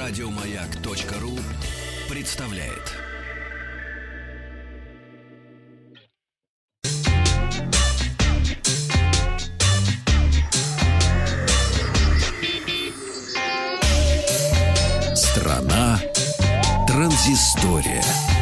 Радиомаяк.ру представляет. Страна транзистория.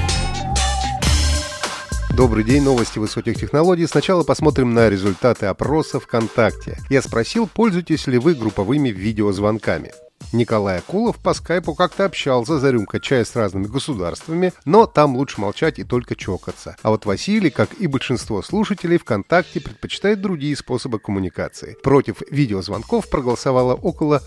Добрый день, новости высоких технологий. Сначала посмотрим на результаты опроса ВКонтакте. Я спросил, пользуетесь ли вы групповыми видеозвонками. Николай Акулов по скайпу как-то общался за рюмкой чая с разными государствами, но там лучше молчать и только чокаться. А вот Василий, как и большинство слушателей, ВКонтакте предпочитает другие способы коммуникации. Против видеозвонков проголосовало около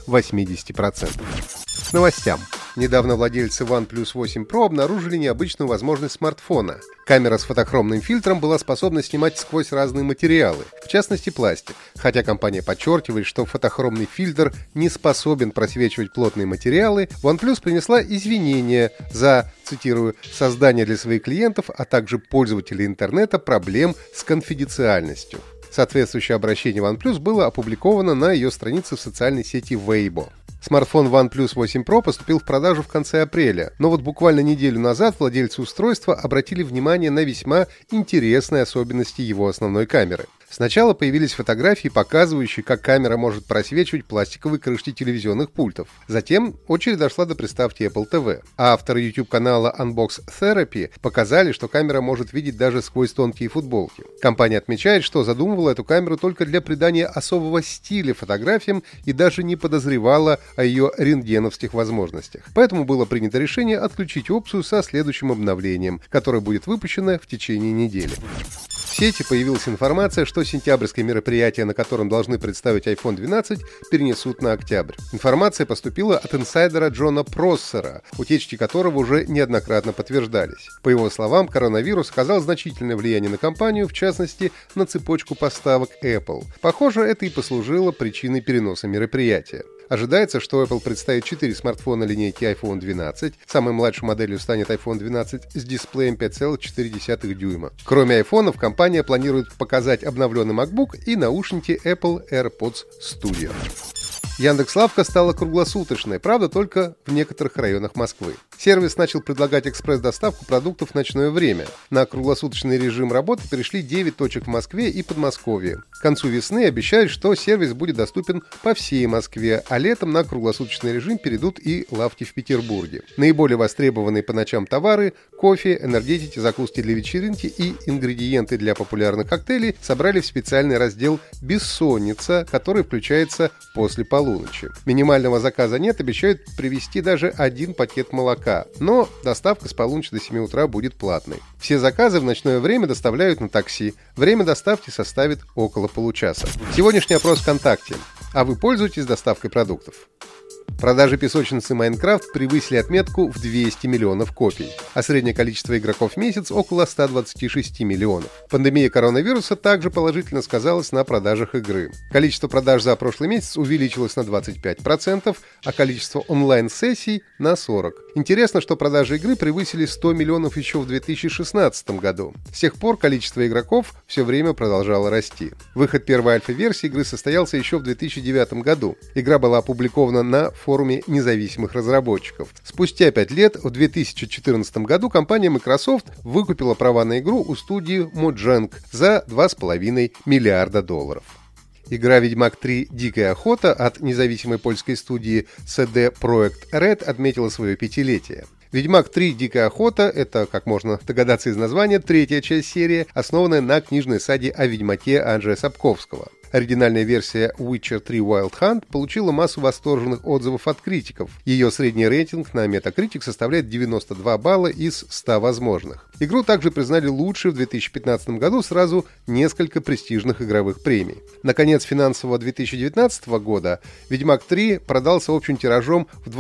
80%. К новостям. Недавно владельцы OnePlus 8 Pro обнаружили необычную возможность смартфона. Камера с фотохромным фильтром была способна снимать сквозь разные материалы, в частности пластик. Хотя компания подчеркивает, что фотохромный фильтр не способен просвечивать плотные материалы, OnePlus принесла извинения за, цитирую, «создание для своих клиентов, а также пользователей интернета проблем с конфиденциальностью». Соответствующее обращение OnePlus было опубликовано на ее странице в социальной сети Weibo. Смартфон OnePlus 8 Pro поступил в продажу в конце апреля, но вот буквально неделю назад владельцы устройства обратили внимание на весьма интересные особенности его основной камеры. Сначала появились фотографии, показывающие, как камера может просвечивать пластиковые крышки телевизионных пультов. Затем очередь дошла до приставки Apple TV. А авторы YouTube-канала Unbox Therapy показали, что камера может видеть даже сквозь тонкие футболки. Компания отмечает, что задумывала эту камеру только для придания особого стиля фотографиям и даже не подозревала о ее рентгеновских возможностях. Поэтому было принято решение отключить опцию со следующим обновлением, которое будет выпущено в течение недели. В сети появилась информация, что сентябрьское мероприятие, на котором должны представить iPhone 12, перенесут на октябрь. Информация поступила от инсайдера Джона Проссера, утечки которого уже неоднократно подтверждались. По его словам, коронавирус оказал значительное влияние на компанию, в частности, на цепочку поставок Apple. Похоже, это и послужило причиной переноса мероприятия. Ожидается, что Apple представит 4 смартфона линейки iPhone 12. Самой младшей моделью станет iPhone 12 с дисплеем 5,4 дюйма. Кроме iPhone, компания планирует показать обновленный MacBook и наушники Apple AirPods Studio. Яндекс.Лавка стала круглосуточной, правда, только в некоторых районах Москвы. Сервис начал предлагать экспресс-доставку продуктов в ночное время. На круглосуточный режим работы перешли 9 точек в Москве и Подмосковье. К концу весны обещают, что сервис будет доступен по всей Москве, а летом на круглосуточный режим перейдут и лавки в Петербурге. Наиболее востребованные по ночам товары – кофе, энергетики, закуски для вечеринки и ингредиенты для популярных коктейлей – собрали в специальный раздел «Бессонница», который включается после полуночи. Минимального заказа нет, обещают привезти даже 1 пакет молока, но доставка с полуночи до 7 утра будет платной. Все заказы в ночное время доставляют на такси. Время доставки составит около получаса. Сегодняшний опрос ВКонтакте. А вы пользуетесь доставкой продуктов? Продажи песочницы Майнкрафт превысили отметку в 200 миллионов копий, а среднее количество игроков в месяц около 126 миллионов. Пандемия коронавируса также положительно сказалась на продажах игры. Количество продаж за прошлый месяц увеличилось на 25%, а количество онлайн-сессий на 40%. Интересно, что продажи игры превысили 100 миллионов еще в 2016 году. С тех пор количество игроков все время продолжало расти. Выход первой альфа-версии игры состоялся еще в 2009 году. Игра была опубликована на форуме независимых разработчиков. Спустя 5 лет, в 2014 году, компания Microsoft выкупила права на игру у студии Mojang за $2,5 миллиарда. Игра «Ведьмак 3. Дикая охота» от независимой польской студии CD Projekt Red отметила свое 5-летие. «Ведьмак 3. Дикая охота» — это, как можно догадаться из названия, 3-я часть серии, основанная на книжной саге о Ведьмаке Анджея Сапковского. Оригинальная версия Witcher 3 Wild Hunt получила массу восторженных отзывов от критиков. Ее средний рейтинг на Metacritic составляет 92 балла из 100 возможных. Игру также признали лучшей в 2015 году сразу несколько престижных игровых премий. Наконец финансового 2019 года «Ведьмак 3» продался общим тиражом в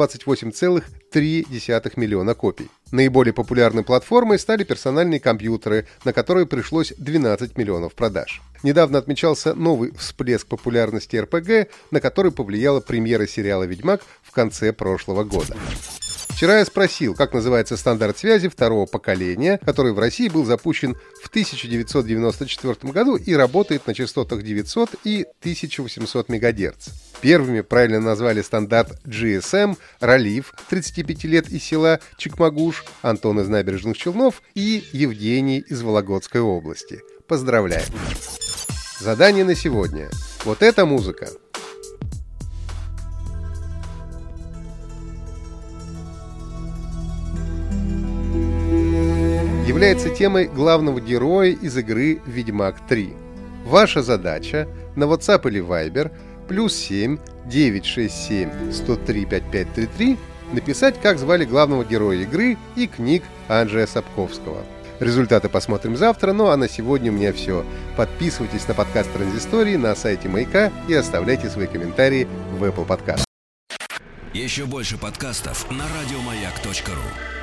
28,3 миллиона копий. Наиболее популярной платформой стали персональные компьютеры, на которые пришлось 12 миллионов продаж. Недавно отмечался новый всплеск популярности РПГ, на который повлияла премьера сериала «Ведьмак» в конце прошлого года. Вчера я спросил, как называется стандарт связи второго поколения, который в России был запущен в 1994 году и работает на частотах 900 и 1800 МГц. Первыми правильно назвали стандарт GSM Ралиф, 35 лет, из села Чекмагуш, Антон из Набережных Челнов и Евгений из Вологодской области. Поздравляем! Задание на сегодня. Вот эта музыка. Является темой главного героя из игры «Ведьмак 3». Ваша задача на WhatsApp или Viber +7 967 103 5533 написать, как звали главного героя игры и книг Анджея Сапковского. Результаты посмотрим завтра, ну а на сегодня у меня все. Подписывайтесь на подкаст Транзистории на сайте Маяка и оставляйте свои комментарии в Apple Podcast. Еще больше подкастов на радиомаяк.ру.